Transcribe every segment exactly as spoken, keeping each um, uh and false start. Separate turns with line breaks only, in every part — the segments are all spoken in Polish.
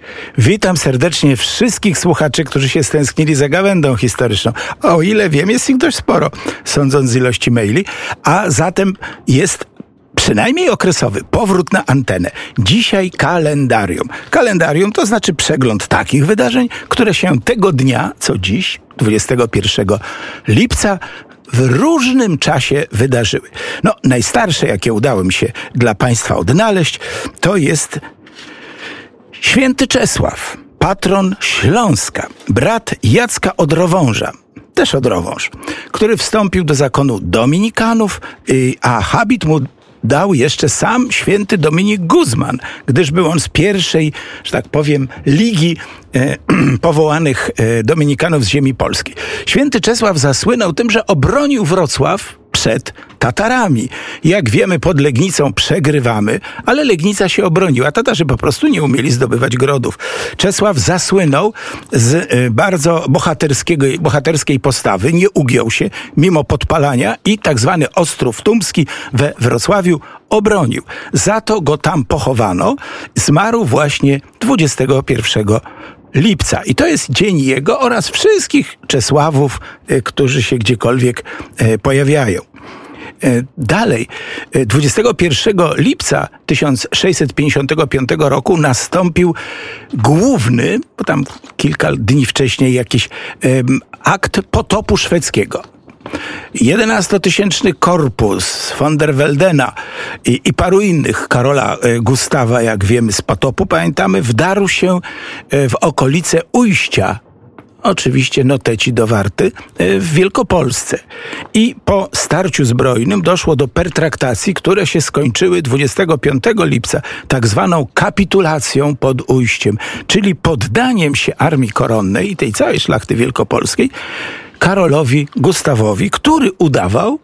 Witam serdecznie wszystkich słuchaczy, którzy się stęsknili za gawędą historyczną. O ile wiem, jest ich dość sporo, sądząc z ilości maili, a zatem jest przynajmniej okresowy powrót na antenę. Dzisiaj kalendarium. Kalendarium to znaczy przegląd takich wydarzeń, które się tego dnia, co dziś, dwudziestego pierwszego lipca, w różnym czasie wydarzyły. No, najstarsze, jakie udało mi się dla Państwa odnaleźć, to jest Święty Czesław, patron Śląska, brat Jacka Odrowąża, też Odrowąż, który wstąpił do zakonu dominikanów, a habit mu dał jeszcze sam święty Dominik Guzman, gdyż był on z pierwszej, że tak powiem, ligi e, powołanych e, dominikanów z ziemi polskiej. Święty Czesław zasłynął tym, że obronił Wrocław przed Tatarami. Jak wiemy, pod Legnicą przegrywamy, ale Legnica się obroniła. Tatarzy po prostu nie umieli zdobywać grodów. Czesław zasłynął z y, bardzo bohaterskiego, bohaterskiej postawy, nie ugiął się mimo podpalania i tak zwany Ostrów Tumski we Wrocławiu obronił. Za to go tam pochowano. Zmarł właśnie dwudziestego pierwszego lipca. I to jest dzień jego oraz wszystkich Czesławów, y, którzy się gdziekolwiek y, pojawiają. Dalej, dwudziestego pierwszego lipca tysiąc sześćset pięćdziesiątego piątego roku nastąpił główny, bo tam kilka dni wcześniej jakiś um, akt potopu szwedzkiego. jedenastotysięczny korpus von der Weldena i, i paru innych, Karola Gustawa, jak wiemy z potopu, pamiętamy, wdarł się w okolice Ujścia, oczywiście noteci do Warty, w Wielkopolsce. I po starciu zbrojnym doszło do pertraktacji, które się skończyły dwudziestego piątego lipca tak zwaną kapitulacją pod Ujściem, czyli poddaniem się armii koronnej i tej całej szlachty wielkopolskiej Karolowi Gustawowi, który udawał,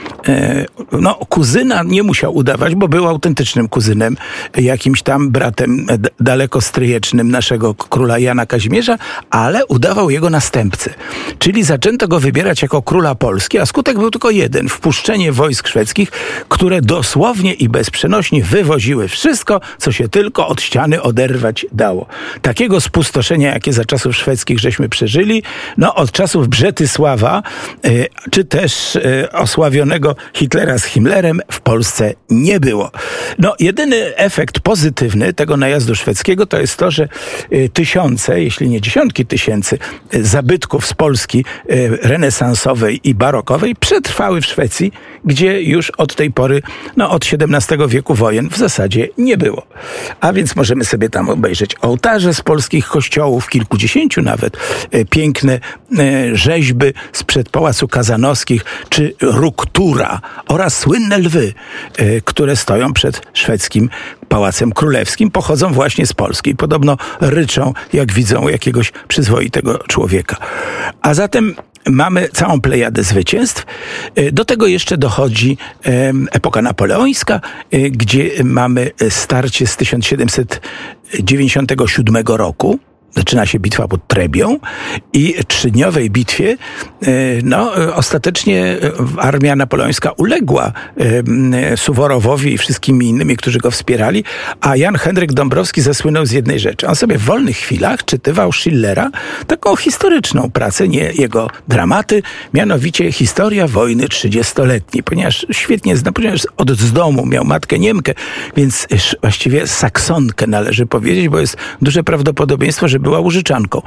no, kuzyna nie musiał udawać, bo był autentycznym kuzynem, jakimś tam bratem d- dalekostryjecznym naszego króla Jana Kazimierza, ale udawał jego następcę. Czyli zaczęto go wybierać jako króla Polski, a skutek był tylko jeden: wpuszczenie wojsk szwedzkich, które dosłownie i bezprzenośnie wywoziły wszystko, co się tylko od ściany oderwać dało. Takiego spustoszenia, jakie za czasów szwedzkich żeśmy przeżyli, no od czasów Brzetysława, y, czy też y, osławionego Hitlera z Himmlerem w Polsce nie było. No, jedyny efekt pozytywny tego najazdu szwedzkiego to jest to, że y, tysiące, jeśli nie dziesiątki tysięcy y, zabytków z Polski y, renesansowej i barokowej przetrwały w Szwecji, gdzie już od tej pory, no od siedemnastego wieku wojen w zasadzie nie było. A więc możemy sobie tam obejrzeć ołtarze z polskich kościołów, kilkudziesięciu nawet, y, piękne y, rzeźby sprzed Pałacu Kazanowskich, czy Ruktura oraz słynne lwy, y, które stoją przed szwedzkim Pałacem Królewskim, pochodzą właśnie z Polski. Podobno ryczą, jak widzą jakiegoś przyzwoitego człowieka. A zatem mamy całą plejadę zwycięstw. Do tego jeszcze dochodzi epoka napoleońska, gdzie mamy starcie z tysiąc siedemset dziewięćdziesiątego siódmego roku. Zaczyna się bitwa pod Trebią i w trzydniowej bitwie no, ostatecznie armia napoleońska uległa Suworowowi i wszystkim innymi, którzy go wspierali, a Jan Henryk Dąbrowski zasłynął z jednej rzeczy. On sobie w wolnych chwilach czytywał Schillera, taką historyczną pracę, nie jego dramaty, mianowicie Historia wojny trzydziestoletniej, ponieważ świetnie zna, ponieważ od z domu miał matkę Niemkę, więc właściwie Saksonkę należy powiedzieć, bo jest duże prawdopodobieństwo, że była Łużyczanką.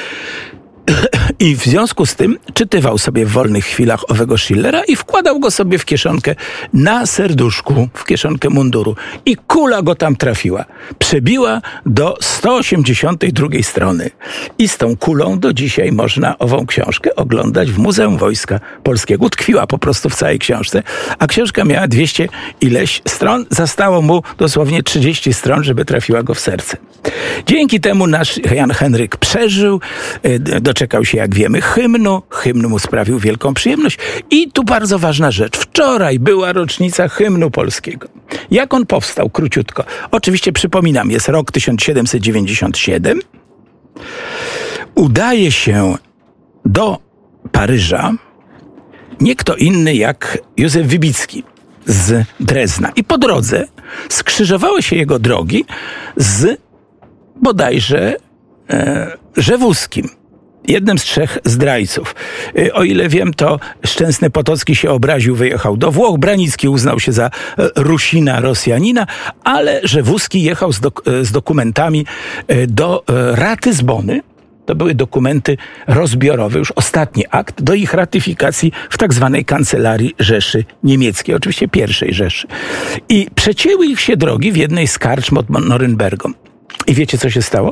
I w związku z tym czytywał sobie w wolnych chwilach owego Schillera i wkładał go sobie w kieszonkę na serduszku, w kieszonkę munduru. I kula go tam trafiła. Przebiła do sto osiemdziesiątej drugiej strony. I z tą kulą do dzisiaj można ową książkę oglądać w Muzeum Wojska Polskiego. Utkwiła po prostu w całej książce. A książka miała dwieście ileś stron. Zostało mu dosłownie trzydzieści stron, żeby trafiła go w serce. Dzięki temu nasz Jan Henryk przeżył, doczekał się, jak wiemy, hymnu. Hymn mu sprawił wielką przyjemność. I tu bardzo ważna rzecz. Wczoraj była rocznica hymnu polskiego. Jak on powstał? Króciutko. Oczywiście przypominam, jest rok tysiąc siedemset dziewięćdziesiąty siódmy. Udaje się do Paryża nie kto inny jak Józef Wybicki z Drezna. I po drodze skrzyżowały się jego drogi z bodajże e, Rzewuskim. Jednym z trzech zdrajców. O ile wiem, to Szczęsny Potocki się obraził, wyjechał do Włoch. Branicki uznał się za Rusina, Rosjanina, ale Rzewuski jechał z, dok- z dokumentami do Ratyzbony. To były dokumenty rozbiorowe, już ostatni akt do ich ratyfikacji w tak zwanej Kancelarii Rzeszy Niemieckiej, oczywiście pierwszej Rzeszy. I przecięły ich się drogi w jednej z karczm od Norymbergą. I wiecie, co się stało?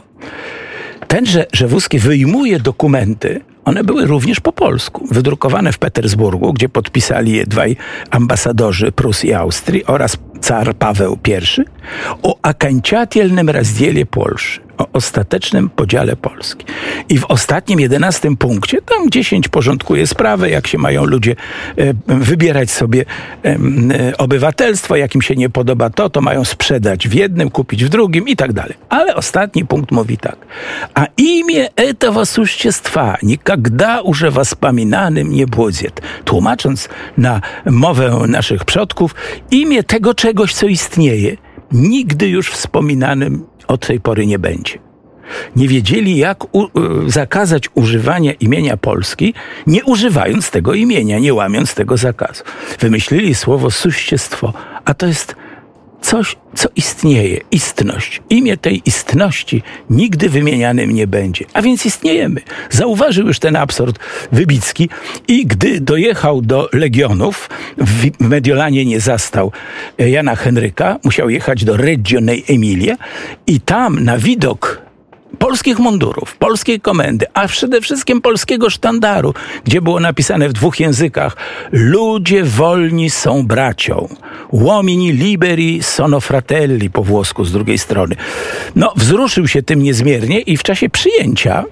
Tenże Rzewuski wyjmuje dokumenty, one były również po polsku, wydrukowane w Petersburgu, gdzie podpisali je dwaj ambasadorzy Prus i Austrii oraz car Paweł I, o окончательном разделе Polszy, o ostatecznym podziale Polski. I w ostatnim, jedenastym punkcie, tam dziesięć porządkuje sprawę, jak się mają ludzie e, wybierać sobie e, obywatelstwo, jak im się nie podoba to, to mają sprzedać w jednym, kupić w drugim i tak dalej. Ale ostatni punkt mówi tak. A imię этого существа никогда уже воспоминаnym nie будет. Tłumacząc na mowę naszych przodków, imię tego czegoś, co istnieje, nigdy już wspominanym od tej pory nie będzie. Nie wiedzieli, jak u, zakazać używania imienia Polski, nie używając tego imienia, nie łamiąc tego zakazu. Wymyślili słowo suściestwo, a to jest coś, co istnieje, istność. Imię tej istności nigdy wymienianym nie będzie. A więc istniejemy. Zauważył już ten absurd Wybicki i gdy dojechał do Legionów, w Mediolanie nie zastał Jana Henryka, musiał jechać do Reggio Emilia i tam na widok polskich mundurów, polskiej komendy, a przede wszystkim polskiego sztandaru, gdzie było napisane w dwóch językach: ludzie wolni są bracią, uomini liberi sono fratelli, po włosku z drugiej strony. No, wzruszył się tym niezmiernie i w czasie przyjęcia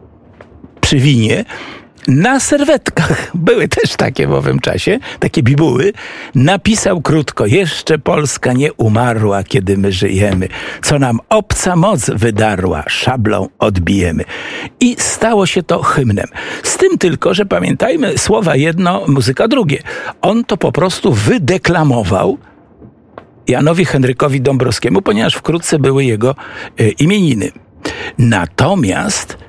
przy winie na serwetkach, były też takie w owym czasie, takie bibuły, napisał krótko: jeszcze Polska nie umarła, kiedy my żyjemy. Co nam obca moc wydarła, szablą odbijemy. I stało się to hymnem. Z tym tylko, że pamiętajmy, słowa jedno, muzyka drugie. On to po prostu wydeklamował Janowi Henrykowi Dąbrowskiemu, ponieważ wkrótce były jego y, imieniny. Natomiast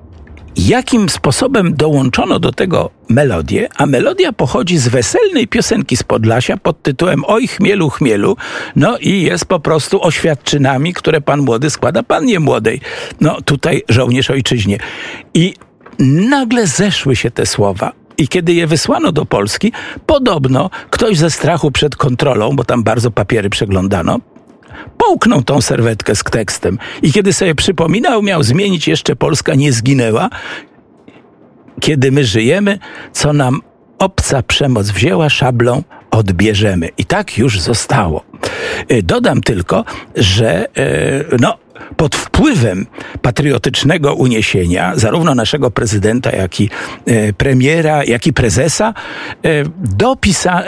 jakim sposobem dołączono do tego melodię, a melodia pochodzi z weselnej piosenki z Podlasia pod tytułem Oj chmielu, chmielu, no i jest po prostu oświadczynami, które pan młody składa pannie młodej. No tutaj żołnierz ojczyźnie. I nagle zeszły się te słowa. I kiedy je wysłano do Polski, podobno ktoś ze strachu przed kontrolą, bo tam bardzo papiery przeglądano, połknął tą serwetkę z tekstem i kiedy sobie przypominał, miał zmienić jeszcze Polska nie zginęła, kiedy my żyjemy, co nam obca przemoc wzięła, szablą odbierzemy. I tak już zostało. Dodam tylko, że no, pod wpływem patriotycznego uniesienia zarówno naszego prezydenta, jak i premiera, jak i prezesa dopisa,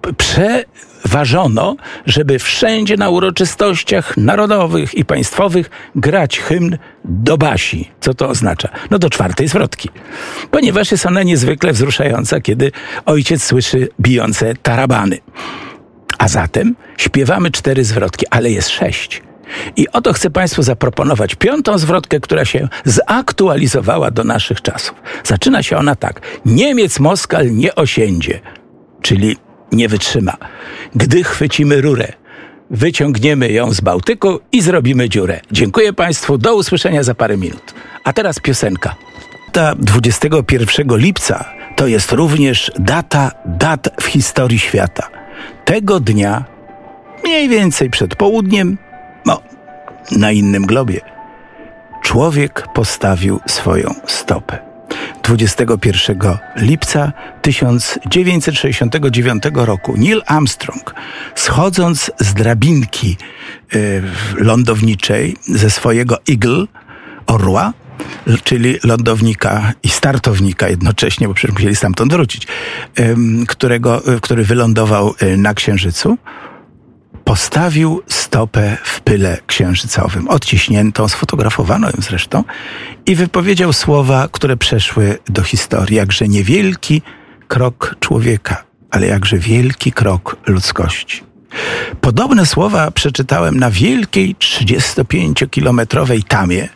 przeważono, żeby wszędzie na uroczystościach narodowych i państwowych grać hymn do Basi. Co to oznacza? No do czwartej zwrotki. Ponieważ jest ona niezwykle wzruszająca, kiedy ojciec słyszy bijące tarabany. A zatem śpiewamy cztery zwrotki, ale jest sześć. I oto chcę państwu zaproponować piątą zwrotkę, która się zaktualizowała do naszych czasów. Zaczyna się ona tak. Niemiec Moskal nie osiędzie, czyli nie wytrzyma. Gdy chwycimy rurę, wyciągniemy ją z Bałtyku i zrobimy dziurę. Dziękuję państwu, do usłyszenia za parę minut. A teraz piosenka. Data dwudziestego pierwszego lipca to jest również data dat w historii świata. Tego dnia, mniej więcej przed południem, no, na innym globie, człowiek postawił swoją stopę. dwudziestego pierwszego lipca tysiąc dziewięćset sześćdziesiątego dziewiątego roku Neil Armstrong, schodząc z drabinki y, lądowniczej ze swojego Eagle, orła, czyli lądownika i startownika jednocześnie, bo przecież musieli stamtąd wrócić, y, którego, y, który wylądował y, na Księżycu, postawił stopę w pyle księżycowym, odciśniętą, sfotografowano ją zresztą, i wypowiedział słowa, które przeszły do historii. Jakże niewielki krok człowieka, ale jakże wielki krok ludzkości. Podobne słowa przeczytałem na wielkiej trzydziestopięciokilometrowej tamie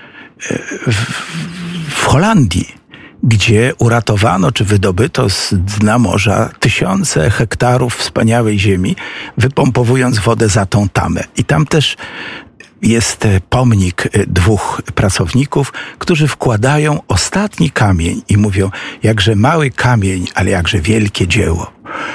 w, w Holandii, gdzie uratowano czy wydobyto z dna morza tysiące hektarów wspaniałej ziemi, wypompowując wodę za tą tamę. I tam też jest pomnik dwóch pracowników, którzy wkładają ostatni kamień i mówią, jakże mały kamień, ale jakże wielkie dzieło.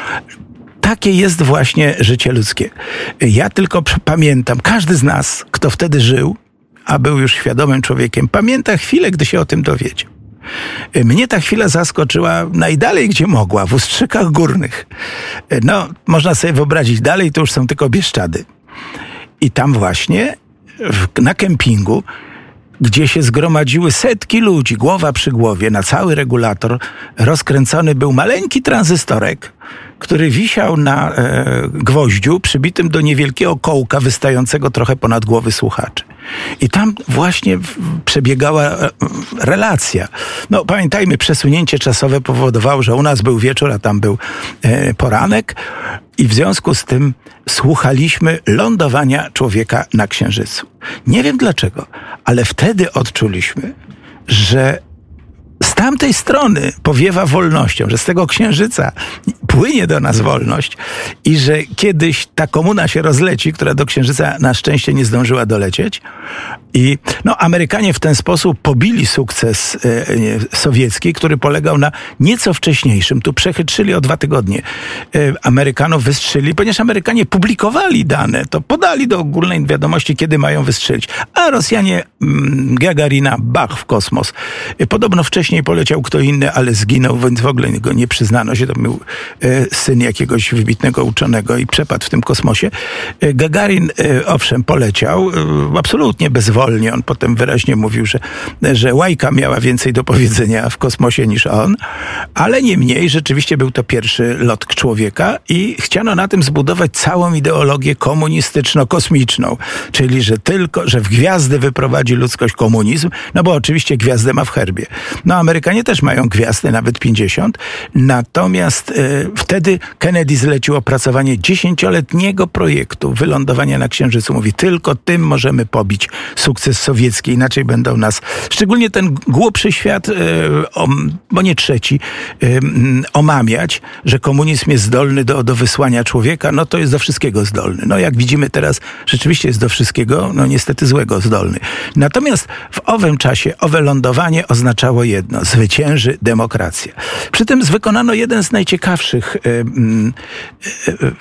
Takie jest właśnie życie ludzkie. Ja tylko pamiętam, każdy z nas, kto wtedy żył, a był już świadomym człowiekiem, pamięta chwilę, gdy się o tym dowiedział. Mnie ta chwila zaskoczyła najdalej, gdzie mogła, w Ustrzykach Górnych. No, można sobie wyobrazić, dalej to już są tylko Bieszczady. I tam właśnie, w, na kempingu, gdzie się zgromadziły setki ludzi, głowa przy głowie, na cały regulator, rozkręcony był maleńki tranzystorek, który wisiał na e, gwoździu przybitym do niewielkiego kołka wystającego trochę ponad głowy słuchaczy. I tam właśnie przebiegała e, relacja. No pamiętajmy, przesunięcie czasowe powodowało, że u nas był wieczór, a tam był e, poranek i w związku z tym słuchaliśmy lądowania człowieka na Księżycu. Nie wiem dlaczego, ale wtedy odczuliśmy, że z tamtej strony powiewa wolnością, że z tego Księżyca płynie do nas wolność i że kiedyś ta komuna się rozleci, która do Księżyca na szczęście nie zdążyła dolecieć. I no, Amerykanie w ten sposób pobili sukces e, nie, sowiecki, który polegał na nieco wcześniejszym. Tu przechytrzyli o dwa tygodnie. E, Amerykanów wystrzeli, ponieważ Amerykanie publikowali dane, to podali do ogólnej wiadomości, kiedy mają wystrzelić. A Rosjanie mm, Gagarina, bach w kosmos. E, podobno wcześniej poleciał kto inny, ale zginął, więc w ogóle go nie przyznano się. To był e, syn jakiegoś wybitnego uczonego i przepadł w tym kosmosie. E, Gagarin, e, owszem, poleciał e, absolutnie bezwolnie. On potem wyraźnie mówił, że, że Łajka miała więcej do powiedzenia w kosmosie niż on, ale niemniej rzeczywiście był to pierwszy lot człowieka i chciano na tym zbudować całą ideologię komunistyczno-kosmiczną, czyli że tylko, że w gwiazdy wyprowadzi ludzkość komunizm, no bo oczywiście gwiazdę ma w herbie. No Amerykanie też mają gwiazdy, nawet pięćdziesiąt, natomiast e, wtedy Kennedy zlecił opracowanie dziesięcioletniego projektu wylądowania na Księżycu. Mówi, tylko tym możemy pobić sukces sowiecki, inaczej będą nas, szczególnie ten głupszy świat, e, o, bo nie trzeci, e, omamiać, że komunizm jest zdolny do, do wysłania człowieka, no to jest do wszystkiego zdolny. No jak widzimy teraz, rzeczywiście jest do wszystkiego, no niestety złego zdolny. Natomiast w owym czasie, owe lądowanie oznaczało jedno, zwycięży demokracja. Przy tym wykonano jeden z najciekawszych e, e,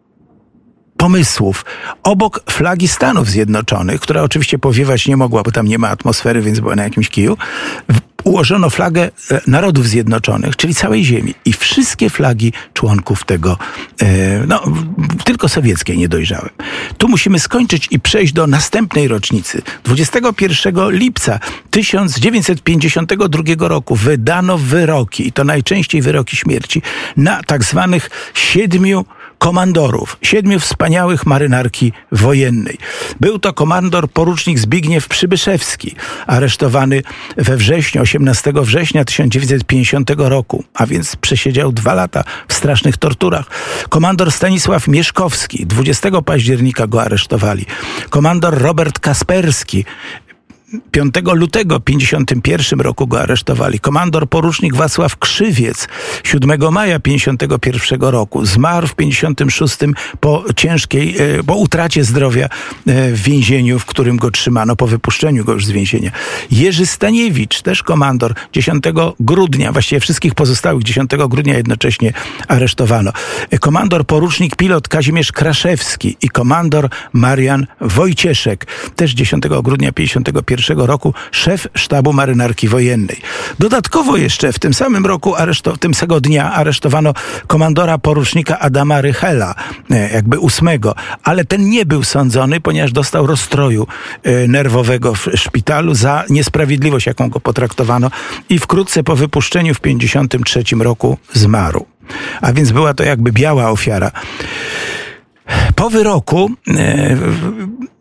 pomysłów. Obok flagi Stanów Zjednoczonych, która oczywiście powiewać nie mogła, bo tam nie ma atmosfery, więc była na jakimś kiju, ułożono flagę Narodów Zjednoczonych, czyli całej Ziemi. I wszystkie flagi członków tego, no, tylko sowieckiej nie dojrzałem. Tu musimy skończyć i przejść do następnej rocznicy. dwudziestego pierwszego lipca tysiąc dziewięćset pięćdziesiątego drugiego roku wydano wyroki, i to najczęściej wyroki śmierci, na tak zwanych siedmiu komandorów, siedmiu wspaniałych marynarki wojennej. Był to komandor porucznik Zbigniew Przybyszewski, aresztowany we wrześniu, osiemnastego września tysiąc dziewięćset pięćdziesiątego roku, a więc przesiedział dwa lata w strasznych torturach. Komandor Stanisław Mieszkowski, dwudziestego października go aresztowali. Komandor Robert Kasperski, piątego lutego pięćdziesiątym pierwszym roku go aresztowali. Komandor porucznik Wacław Krzywiec siódmego maja pięćdziesiątego pierwszego roku zmarł w pięćdziesiątym szóstym po ciężkiej, po utracie zdrowia w więzieniu, w którym go trzymano, po wypuszczeniu go już z więzienia. Jerzy Staniewicz, też komandor, dziesiątego grudnia, właściwie wszystkich pozostałych dziesiątego grudnia jednocześnie aresztowano. Komandor porucznik pilot Kazimierz Kraszewski i komandor Marian Wojcieszek, też dziesiątego grudnia pięćdziesiątego pierwszego roku szef sztabu marynarki wojennej. Dodatkowo jeszcze w tym samym roku, areszto, tym samego dnia aresztowano komandora porucznika Adama Rychela, jakby ósmego, ale ten nie był sądzony, ponieważ dostał rozstroju nerwowego w szpitalu za niesprawiedliwość, jaką go potraktowano, i wkrótce po wypuszczeniu w pięćdziesiątym trzecim roku zmarł. A więc była to jakby biała ofiara. Po wyroku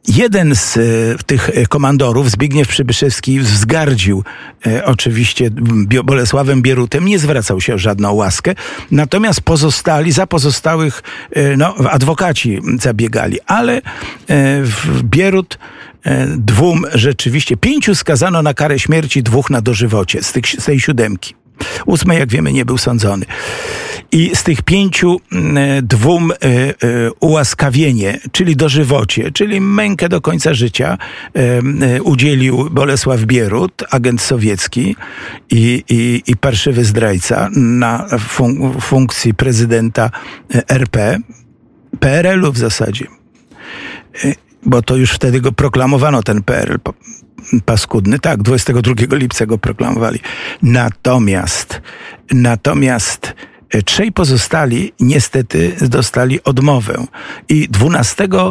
Jeden z e, tych komandorów, Zbigniew Przybyszewski, wzgardził e, oczywiście Bolesławem Bierutem, nie zwracał się o żadną łaskę, natomiast pozostali, za pozostałych e, no, adwokaci zabiegali, ale e, Bierut e, dwóm rzeczywiście, pięciu skazano na karę śmierci, dwóch na dożywocie z, tych, z tej siódemki. Ósmy, jak wiemy, nie był sądzony. I z tych pięciu e, dwóm e, e, ułaskawienie, czyli dożywocie, czyli mękę do końca życia e, e, udzielił Bolesław Bierut, agent sowiecki i, i, i parszywy zdrajca na fun- funkcji prezydenta R P, P R L u w zasadzie. E, bo to już wtedy go proklamowano, ten P R L paskudny. Tak, dwudziestego drugiego lipca go proklamowali. Natomiast, natomiast trzej pozostali niestety dostali odmowę. I dwunastego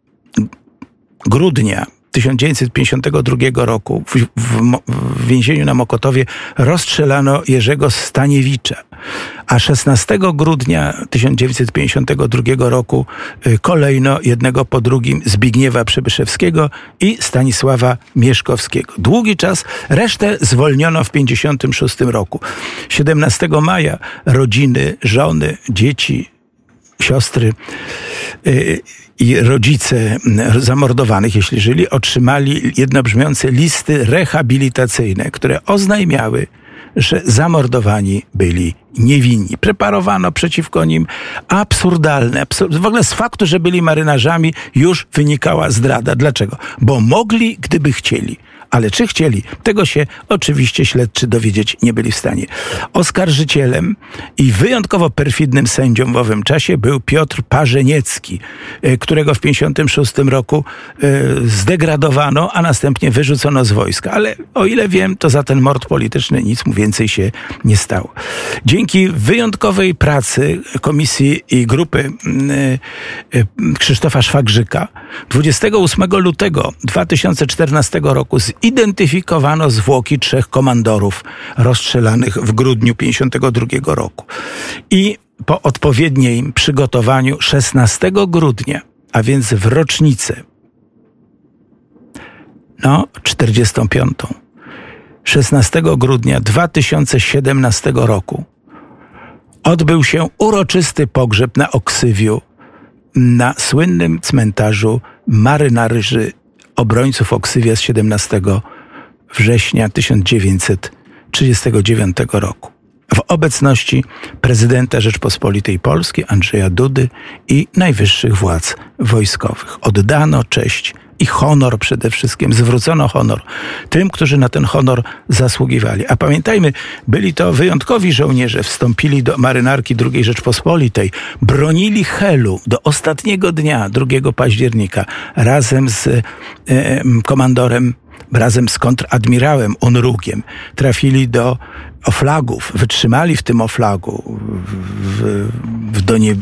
grudnia tysiąc dziewięćset pięćdziesiątego drugiego roku w, w, w więzieniu na Mokotowie rozstrzelano Jerzego Staniewicza, a szesnastego grudnia tysiąc dziewięćset pięćdziesiątego drugiego roku kolejno jednego po drugim Zbigniewa Przybyszewskiego i Stanisława Mieszkowskiego. Długi czas, resztę zwolniono w pięćdziesiątym szóstym roku. siedemnastego maja rodziny, żony, dzieci, siostry yy, i rodzice zamordowanych, jeśli żyli, otrzymali jednobrzmiące listy rehabilitacyjne, które oznajmiały, że zamordowani byli niewinni. Preparowano przeciwko nim absurdalne, absur- w ogóle z faktu, że byli marynarzami, już wynikała zdrada. Dlaczego? Bo mogli, gdyby chcieli. Ale czy chcieli? Tego się oczywiście śledczy dowiedzieć nie byli w stanie. Oskarżycielem i wyjątkowo perfidnym sędzią w owym czasie był Piotr Parzeniecki, którego w pięćdziesiątym szóstym roku zdegradowano, a następnie wyrzucono z wojska. Ale o ile wiem, to za ten mord polityczny nic mu więcej się nie stało. Dzięki wyjątkowej pracy komisji i grupy Krzysztofa Szwagrzyka dwudziestego ósmego lutego dwa tysiące czternastego roku zidentyfikowano zwłoki trzech komandorów rozstrzelanych w grudniu pięćdziesiątego drugiego roku. I po odpowiednim przygotowaniu szesnastego grudnia, a więc w rocznicę, no czterdziestą piątą, szesnastego grudnia dwa tysiące siedemnastego roku odbył się uroczysty pogrzeb na Oksywiu na słynnym cmentarzu marynarzy obrońców Oksywia z siedemnastego września tysiąc dziewięćset trzydziestego dziewiątego roku. W obecności prezydenta Rzeczpospolitej Polskiej Andrzeja Dudy i najwyższych władz wojskowych. Oddano cześć i honor przede wszystkim, zwrócono honor tym, którzy na ten honor zasługiwali. A pamiętajmy, byli to wyjątkowi żołnierze, wstąpili do marynarki drugiej Rzeczpospolitej, bronili Helu do ostatniego dnia, drugiego października, razem z e, komandorem, razem z kontradmirałem Unrugiem. Trafili do Oflagów, wytrzymali w tym Oflagu, w, w, Donie,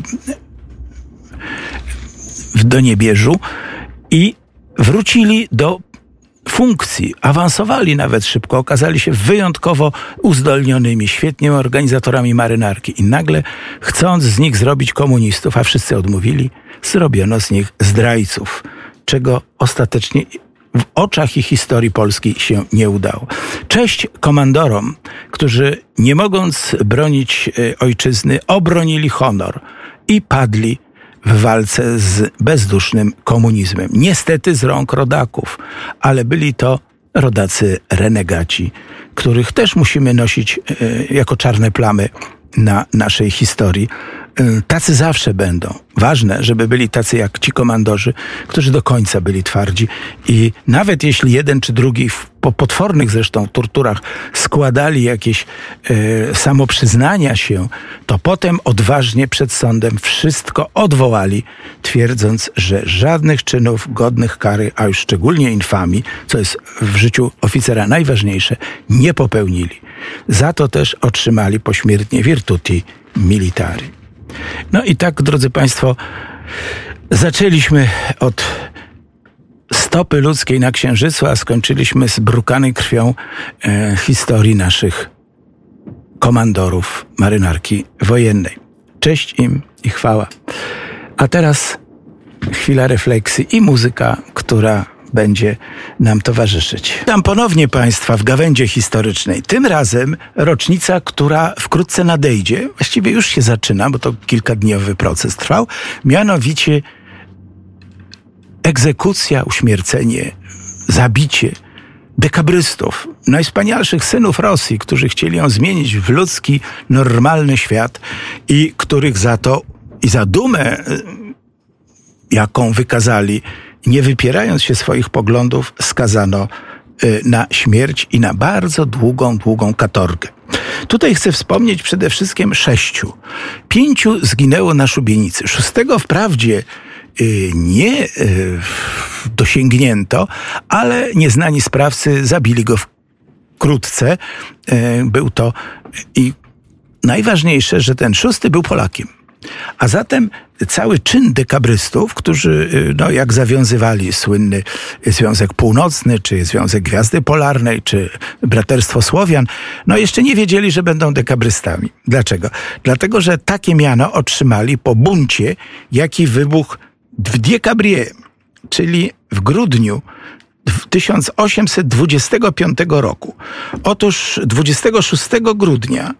w Doniebierzu i wrócili do funkcji, awansowali nawet szybko, okazali się wyjątkowo uzdolnionymi, świetnymi organizatorami marynarki i nagle, chcąc z nich zrobić komunistów, a wszyscy odmówili, zrobiono z nich zdrajców, czego ostatecznie w oczach i historii Polski się nie udało. Cześć komandorom, którzy nie mogąc bronić ojczyzny, obronili honor i padli w walce z bezdusznym komunizmem. Niestety z rąk rodaków, ale byli to rodacy renegaci, których też musimy nosić e, jako czarne plamy na naszej historii. E, tacy zawsze będą. Ważne, żeby byli tacy jak ci komandorzy, którzy do końca byli twardzi i nawet jeśli jeden czy drugi w, po potwornych zresztą torturach składali jakieś e, samoprzyznania się, to potem odważnie przed sądem wszystko odwołali, twierdząc, że żadnych czynów godnych kary, a już szczególnie infamii, co jest w życiu oficera najważniejsze, nie popełnili. Za to też otrzymali pośmiertnie virtuti militari. No i tak, drodzy Państwo, zaczęliśmy od stopy ludzkiej na Księżycu, a skończyliśmy z brukanej krwią e, historii naszych komandorów marynarki wojennej. Cześć im i chwała. A teraz chwila refleksji i muzyka, która będzie nam towarzyszyć. Witam ponownie Państwa w gawędzie historycznej. Tym razem rocznica, która wkrótce nadejdzie, właściwie już się zaczyna, bo to kilkadniowy proces trwał, mianowicie egzekucja, uśmiercenie, zabicie dekabrystów, najwspanialszych synów Rosji, którzy chcieli ją zmienić w ludzki, normalny świat i których za to i za dumę, jaką wykazali, nie wypierając się swoich poglądów, skazano na śmierć i na bardzo długą, długą katorgę. Tutaj chcę wspomnieć przede wszystkim sześciu. Pięciu zginęło na szubienicy. Szóstego wprawdzie nie dosięgnięto, ale nieznani sprawcy zabili go wkrótce. Był to i najważniejsze, że ten szósty był Polakiem. A zatem cały czyn dekabrystów, którzy, no, jak zawiązywali słynny Związek Północny, czy Związek Gwiazdy Polarnej, czy Braterstwo Słowian, no jeszcze nie wiedzieli, że będą dekabrystami. Dlaczego? Dlatego, że takie miano otrzymali po buncie, jaki wybuchł w Diekabrię, czyli w grudniu tysiąc osiemset dwudziestego piątego roku. Otóż dwudziestego szóstego grudnia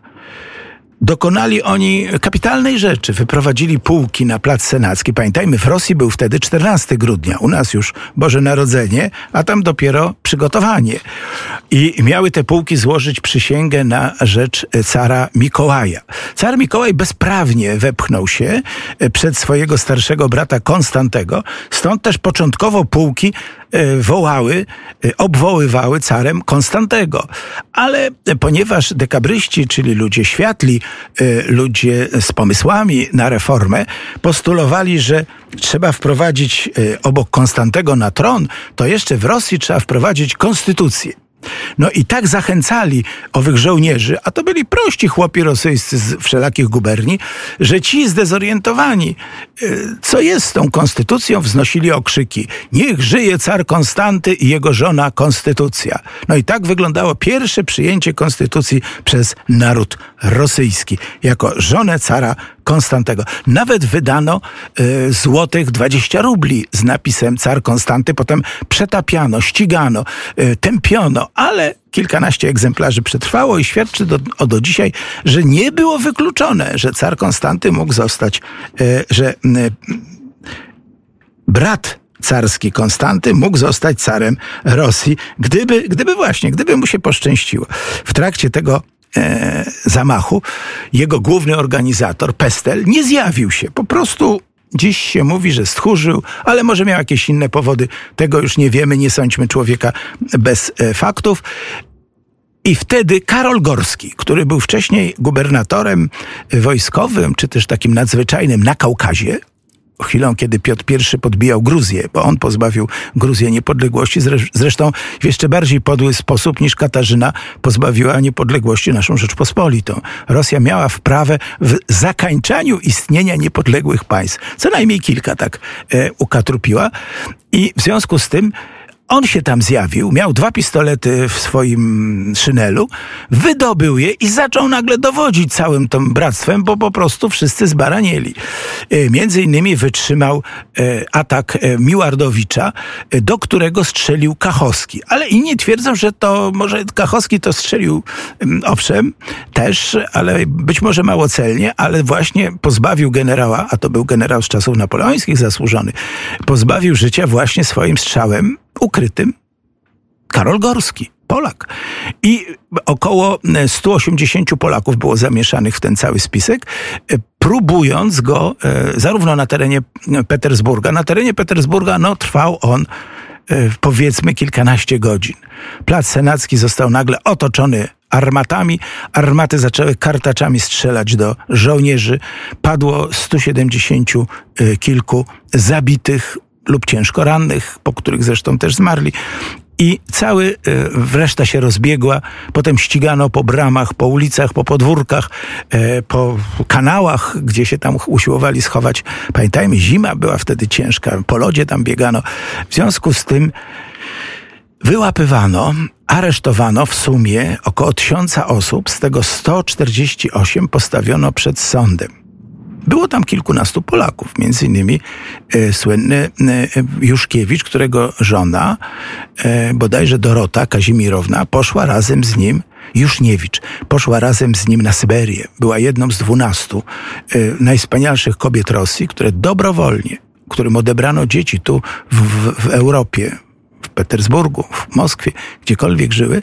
dokonali oni kapitalnej rzeczy. Wyprowadzili pułki na Plac Senacki. Pamiętajmy, w Rosji był wtedy czternastego grudnia. U nas już Boże Narodzenie, a tam dopiero przygotowanie. I miały te pułki złożyć przysięgę na rzecz cara Mikołaja. Car Mikołaj bezprawnie wepchnął się przed swojego starszego brata Konstantego. Stąd też początkowo pułki wołały, obwoływały carem Konstantego. Ale ponieważ dekabryści, czyli ludzie światli, ludzie z pomysłami na reformę, postulowali, że trzeba wprowadzić obok Konstantego na tron, to jeszcze w Rosji trzeba wprowadzić konstytucję. No i tak zachęcali owych żołnierzy, a to byli prości chłopi rosyjscy z wszelakich guberni, że ci zdezorientowani, co jest z tą konstytucją, wznosili okrzyki: niech żyje car Konstanty i jego żona Konstytucja. No i tak wyglądało pierwsze przyjęcie konstytucji przez naród rosyjski, jako żonę cara Konstantego. Nawet wydano y, złotych dwadzieścia rubli z napisem car Konstanty, potem przetapiano, ścigano, y, tępiono, ale kilkanaście egzemplarzy przetrwało i świadczy do, o do dzisiaj, że nie było wykluczone, że car Konstanty mógł zostać, y, że y, brat carski Konstanty mógł zostać carem Rosji, gdyby, gdyby właśnie, gdyby mu się poszczęściło. W trakcie tego E, zamachu jego główny organizator, Pestel, nie zjawił się. Po prostu dziś się mówi, że stchórzył, ale może miał jakieś inne powody. Tego już nie wiemy, nie sądźmy człowieka bez e, faktów. I wtedy Karol Gorski, który był wcześniej gubernatorem wojskowym, czy też takim nadzwyczajnym na Kaukazie, chwilą, kiedy Piotr Pierwszy podbijał Gruzję, bo on pozbawił Gruzję niepodległości, zresztą w jeszcze bardziej podły sposób niż Katarzyna pozbawiła niepodległości naszą Rzeczpospolitą. Rosja miała wprawę w zakańczaniu istnienia niepodległych państw. Co najmniej kilka tak e, ukatrupiła i w związku z tym on się tam zjawił, miał dwa pistolety w swoim szynelu, wydobył je i zaczął nagle dowodzić całym tym bractwem, bo po prostu wszyscy zbaranieli. Między innymi wytrzymał atak Miłardowicza, do którego strzelił Kachowski. Ale inni twierdzą, że to może Kachowski to strzelił, owszem, też, ale być może mało celnie, ale właśnie pozbawił generała, a to był generał z czasów napoleońskich zasłużony, pozbawił życia właśnie swoim strzałem ukrytym Karol Gorski, Polak. I około stu osiemdziesięciu Polaków było zamieszanych w ten cały spisek, próbując go zarówno na terenie Petersburga. Na terenie Petersburga no, trwał on powiedzmy kilkanaście godzin. Plac Senacki został nagle otoczony armatami. Armaty zaczęły kartaczami strzelać do żołnierzy. Padło stu siedemdziesięciu kilku zabitych lub ciężko rannych, po których zresztą też zmarli. I cały reszta się rozbiegła. Potem ścigano po bramach, po ulicach, po podwórkach, po kanałach, gdzie się tam usiłowali schować. Pamiętajmy, zima była wtedy ciężka, po lodzie tam biegano. W związku z tym wyłapywano, aresztowano w sumie około tysiąca osób, z tego sto czterdzieści osiem postawiono przed sądem. Było tam kilkunastu Polaków, między innymi e, słynny e, Juszkiewicz, którego żona, e, bodajże Dorota Kazimierowna, poszła razem z nim, Juszniewicz, poszła razem z nim na Syberię. Była jedną z dwunastu e, najwspanialszych kobiet Rosji, które dobrowolnie, którym odebrano dzieci tu w, w, w Europie, w Petersburgu, w Moskwie, gdziekolwiek żyły,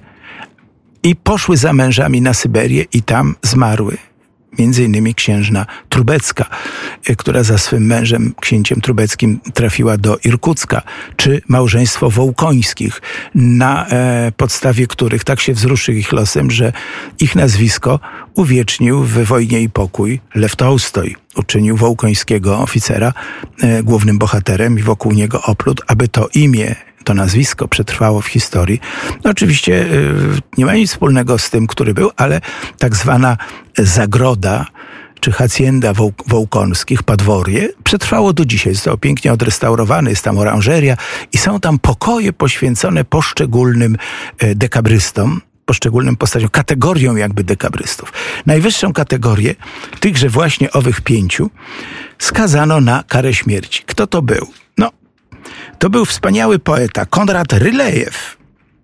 i poszły za mężami na Syberię i tam zmarły. Między innymi księżna Trubecka, która za swym mężem, księciem Trubeckim, trafiła do Irkucka, czy małżeństwo Wołkońskich, na e, podstawie których tak się wzruszył ich losem, że ich nazwisko uwiecznił w Wojnie i Pokój Lew Tołstoj. Uczynił Wołkońskiego oficera e, głównym bohaterem i wokół niego oplód, aby to imię, to nazwisko przetrwało w historii. No oczywiście yy, nie ma nic wspólnego z tym, który był, ale tak zwana zagroda czy hacienda Woł- Wołkońskich, Padworje, przetrwało do dzisiaj. Zostało pięknie odrestaurowane, jest tam oranżeria i są tam pokoje poświęcone poszczególnym yy, dekabrystom, poszczególnym postaciom, kategorią jakby dekabrystów. Najwyższą kategorię tychże właśnie owych pięciu skazano na karę śmierci. Kto to był? No, to był wspaniały poeta Konrad Rylejew,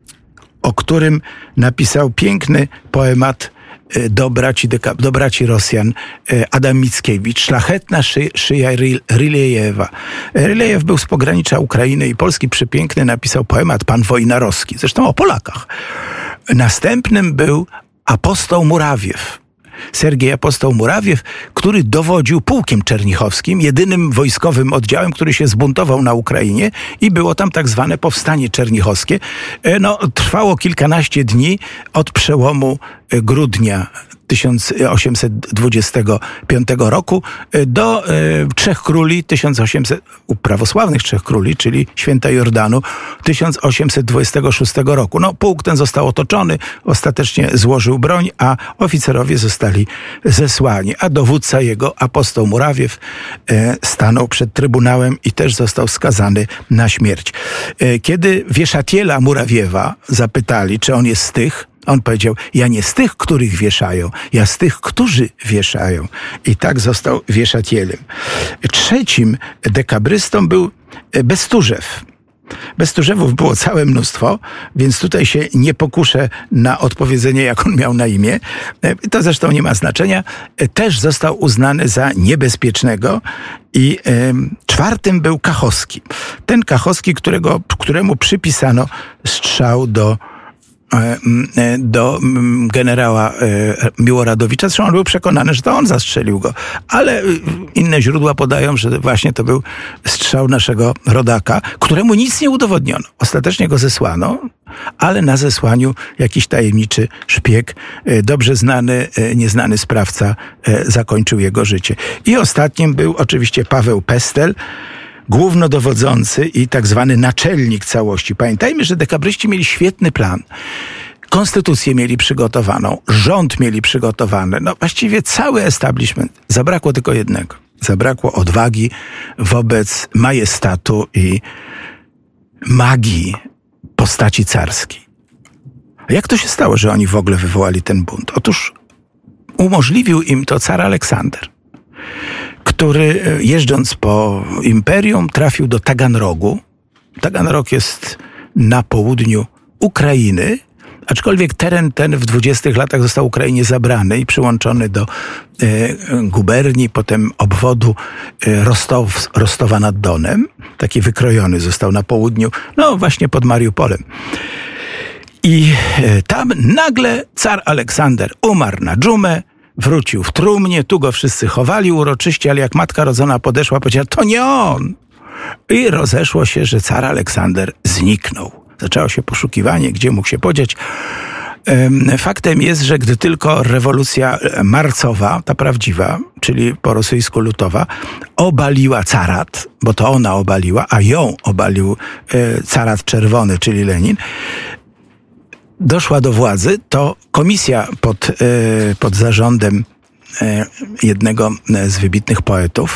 o którym napisał piękny poemat do braci, deka, do braci Rosjan Adam Mickiewicz, Szlachetna szy, szyja Rylejewa. Rylejew był z pogranicza Ukrainy i Polski, przepiękny, napisał poemat Pan Wojnarowski, zresztą o Polakach. Następnym był apostoł Murawiew. Sergiej Apostoł Murawiew, który dowodził pułkiem czernichowskim, jedynym wojskowym oddziałem, który się zbuntował na Ukrainie i było tam tak zwane powstanie czernichowskie. No, trwało kilkanaście dni od przełomu grudnia tysiąc osiemset dwudziestego piątego roku do e, Trzech Króli, tysiąc osiemset, u prawosławnych Trzech Króli, czyli Święta Jordanu, tysiąc osiemset dwudziestego szóstego roku. No, pułk ten został otoczony, ostatecznie złożył broń, a oficerowie zostali zesłani, a dowódca jego, apostoł Murawiew, e, stanął przed trybunałem i też został skazany na śmierć. E, kiedy wieszatiela Murawiewa zapytali, czy on jest z tych, on powiedział, ja nie z tych, których wieszają, ja z tych, którzy wieszają. I tak został wieszatielem. Trzecim dekabrystą był Bestuzzew. Bestuzżewów było całe mnóstwo, więc tutaj się nie pokuszę na odpowiedzenie, jak on miał na imię. To zresztą nie ma znaczenia. Też został uznany za niebezpiecznego i e, czwartym był Kachowski. Ten Kachowski, którego, któremu przypisano strzał do do generała Miłoradowicza. Zresztą on był przekonany, że to on zastrzelił go. Ale inne źródła podają, że właśnie to był strzał naszego rodaka, któremu nic nie udowodniono. Ostatecznie go zesłano, ale na zesłaniu jakiś tajemniczy szpieg, dobrze znany, nieznany sprawca zakończył jego życie. I ostatnim był oczywiście Paweł Pestel, głównodowodzący i tak zwany naczelnik całości. Pamiętajmy, że dekabryści mieli świetny plan. Konstytucję mieli przygotowaną, rząd mieli przygotowany. No właściwie cały establishment. Zabrakło tylko jednego. Zabrakło odwagi wobec majestatu i magii postaci carskiej. Jak to się stało, że oni w ogóle wywołali ten bunt? Otóż umożliwił im to car Aleksander, który jeżdżąc po imperium trafił do Taganrogu. Taganrog jest na południu Ukrainy, aczkolwiek teren ten w dwudziestych latach został Ukrainie zabrany i przyłączony do e, guberni, potem obwodu e, Rostow, Rostowa nad Donem. Taki wykrojony został na południu, no właśnie pod Mariupolem. I e, tam nagle car Aleksander umarł na dżumę, wrócił w trumnie, tu go wszyscy chowali uroczyście, ale jak matka rodzona podeszła, powiedziała, to nie on. I rozeszło się, że car Aleksander zniknął. Zaczęło się poszukiwanie, gdzie mógł się podziać. Faktem jest, że gdy tylko rewolucja marcowa, ta prawdziwa, czyli po rosyjsku lutowa, obaliła carat, bo to ona obaliła, a ją obalił carat czerwony, czyli Lenin, doszła do władzy, to komisja pod, pod zarządem jednego z wybitnych poetów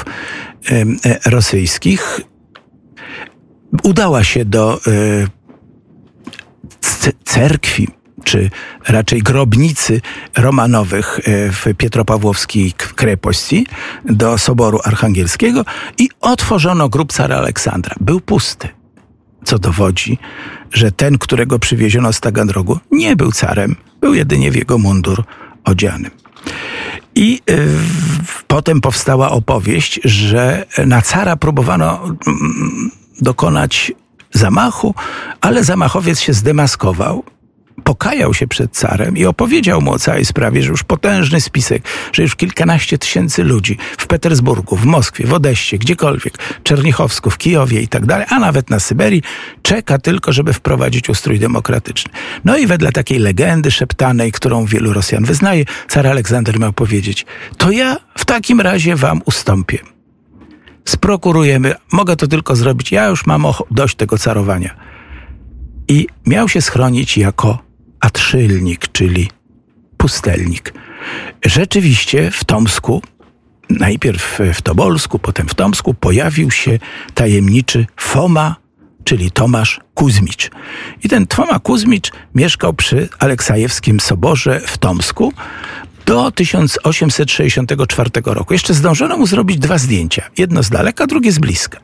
rosyjskich udała się do cerkwi czy raczej grobnicy Romanowych w Pietropawłowskiej krepości do Soboru Archangielskiego i otworzono grób cara Aleksandra. Był pusty, co dowodzi, że ten, którego przywieziono z Taganrogu, nie był carem, był jedynie w jego mundur odzianym. I y, potem powstała opowieść, że na cara próbowano mm, dokonać zamachu, ale zamachowiec się zdemaskował, pokajał się przed carem i opowiedział mu o całej sprawie, że już potężny spisek, że już kilkanaście tysięcy ludzi w Petersburgu, w Moskwie, w Odeście, gdziekolwiek, Czernichowsku, w Kijowie i tak dalej, a nawet na Syberii, czeka tylko, żeby wprowadzić ustrój demokratyczny. No i wedle takiej legendy szeptanej, którą wielu Rosjan wyznaje, car Aleksander miał powiedzieć: to ja w takim razie wam ustąpię. Sprokurujemy, mogę to tylko zrobić, ja już mam dość tego carowania. I miał się schronić jako atrzylnik, czyli pustelnik. Rzeczywiście w Tomsku, najpierw w Tobolsku, potem w Tomsku, pojawił się tajemniczy Foma, czyli Tomasz Kuzmicz. I ten Foma Kuzmicz mieszkał przy Aleksajewskim Soborze w Tomsku do tysiąc osiemset sześćdziesiątego czwartego roku. Jeszcze zdążono mu zrobić dwa zdjęcia. Jedno z daleka, drugie z bliska.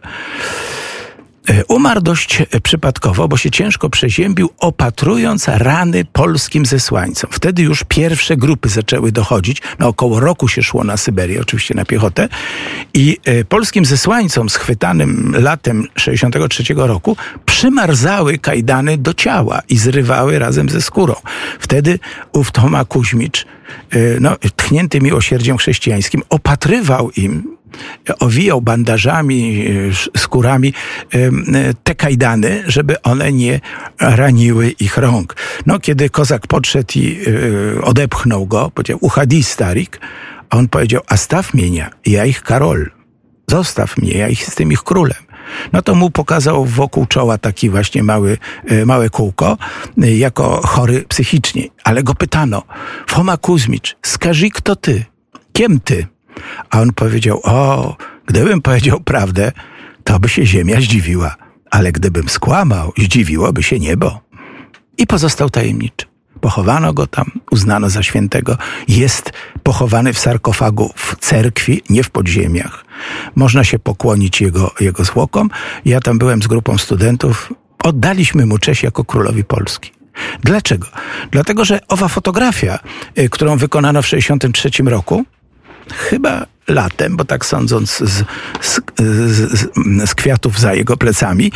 Umarł dość przypadkowo, bo się ciężko przeziębił, opatrując rany polskim zesłańcom. Wtedy już pierwsze grupy zaczęły dochodzić. No około roku się szło na Syberię, oczywiście na piechotę. I polskim zesłańcom schwytanym latem sześćdziesiątego trzeciego roku przymarzały kajdany do ciała i zrywały razem ze skórą. Wtedy ów Toma Kuzmicz, no, tchnięty miłosierdziem chrześcijańskim, opatrywał im, owijał bandażami, skórami te kajdany, żeby one nie raniły ich rąk. No, kiedy kozak podszedł i odepchnął go, powiedział: uchadi starik, a on powiedział: a staw mnie, ja ich Karol, zostaw mnie, ja ich jestem ich królem. No to mu pokazał wokół czoła taki właśnie mały, małe kółko, jako chory psychicznie. Ale go pytano: Foma Kuzmicz, skaży, kto ty? Kiem ty? A on powiedział: o, gdybym powiedział prawdę, to by się ziemia zdziwiła, ale gdybym skłamał, zdziwiłoby się niebo. I pozostał tajemniczy. Pochowano go tam, uznano za świętego. Jest pochowany w sarkofagu w cerkwi, nie w podziemiach. Można się pokłonić jego, jego zwłokom. Ja tam byłem z grupą studentów. Oddaliśmy mu cześć jako królowi Polski. Dlaczego? Dlatego, że owa fotografia, którą wykonano w sześćdziesiątym trzecim roku, chyba latem, bo tak sądząc z, z, z, z kwiatów za jego plecami,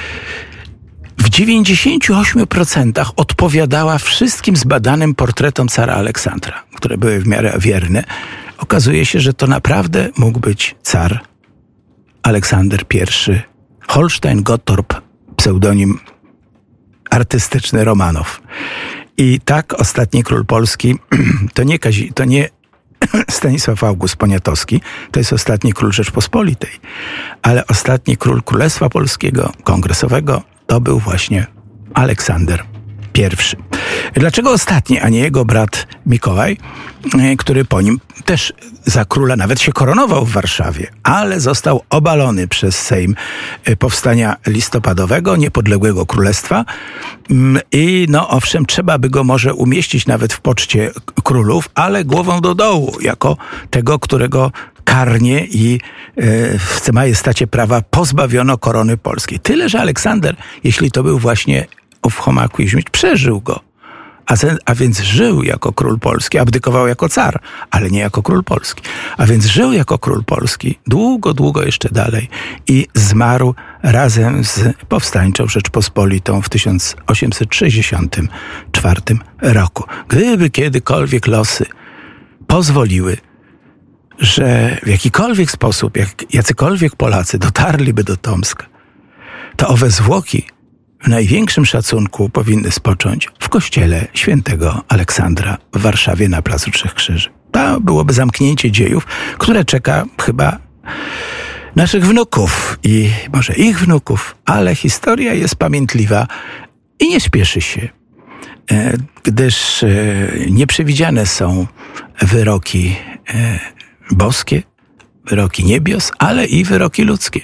w dziewięćdziesięciu ośmiu procentach odpowiadała wszystkim zbadanym portretom cara Aleksandra, które były w miarę wierne. Okazuje się, że to naprawdę mógł być car Aleksander I Holstein-Gottorp, pseudonim artystyczny Romanow. I tak ostatni król Polski to nie, Kazi, to nie Stanisław August Poniatowski, to jest ostatni król Rzeczpospolitej, ale ostatni król Królestwa Polskiego, kongresowego, to był właśnie Aleksander I. Dlaczego ostatni, a nie jego brat Mikołaj, który po nim też za króla nawet się koronował w Warszawie, ale został obalony przez Sejm Powstania Listopadowego, niepodległego królestwa i no owszem, trzeba by go może umieścić nawet w poczcie królów, ale głową do dołu, jako tego, którego karnie i w majestacie prawa pozbawiono korony polskiej. Tyle, że Aleksander, jeśli to był właśnie ów Foma Kuzmicz, przeżył go. A, ze, a więc żył jako król polski, abdykował jako car, ale nie jako król polski. A więc żył jako król polski długo, długo jeszcze dalej i zmarł razem z powstańczą Rzeczpospolitą w tysiąc osiemset sześćdziesiątym czwartym roku. Gdyby kiedykolwiek losy pozwoliły, że w jakikolwiek sposób, jak jacykolwiek Polacy dotarliby do Tomska, to owe zwłoki w największym szacunku powinny spocząć w kościele świętego Aleksandra w Warszawie na Placu Trzech Krzyży. To byłoby zamknięcie dziejów, które czeka chyba naszych wnuków i może ich wnuków, ale historia jest pamiętliwa i nie śpieszy się, gdyż nieprzewidziane są wyroki boskie, wyroki niebios, ale i wyroki ludzkie.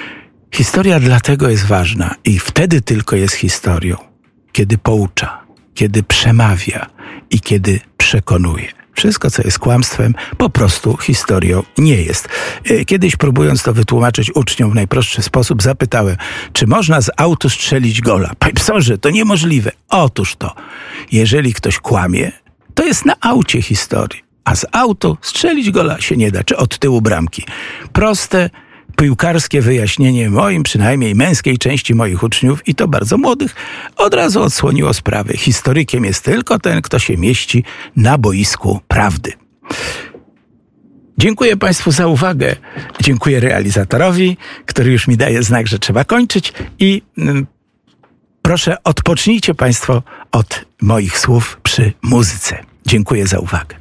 Historia dlatego jest ważna i wtedy tylko jest historią, kiedy poucza, kiedy przemawia i kiedy przekonuje. Wszystko, co jest kłamstwem, po prostu historią nie jest. Kiedyś, próbując to wytłumaczyć uczniom w najprostszy sposób, zapytałem, czy można z autu strzelić gola. Panie profesorze, to niemożliwe. Otóż to, jeżeli ktoś kłamie, to jest na aucie historii, a z autu strzelić gola się nie da, czy od tyłu bramki. Proste, piłkarskie wyjaśnienie moim, przynajmniej męskiej części moich uczniów, i to bardzo młodych, od razu odsłoniło sprawę. Historykiem jest tylko ten, kto się mieści na boisku prawdy. Dziękuję Państwu za uwagę. Dziękuję realizatorowi, który już mi daje znak, że trzeba kończyć, i mm, proszę, odpocznijcie Państwo od moich słów przy muzyce. Dziękuję za uwagę.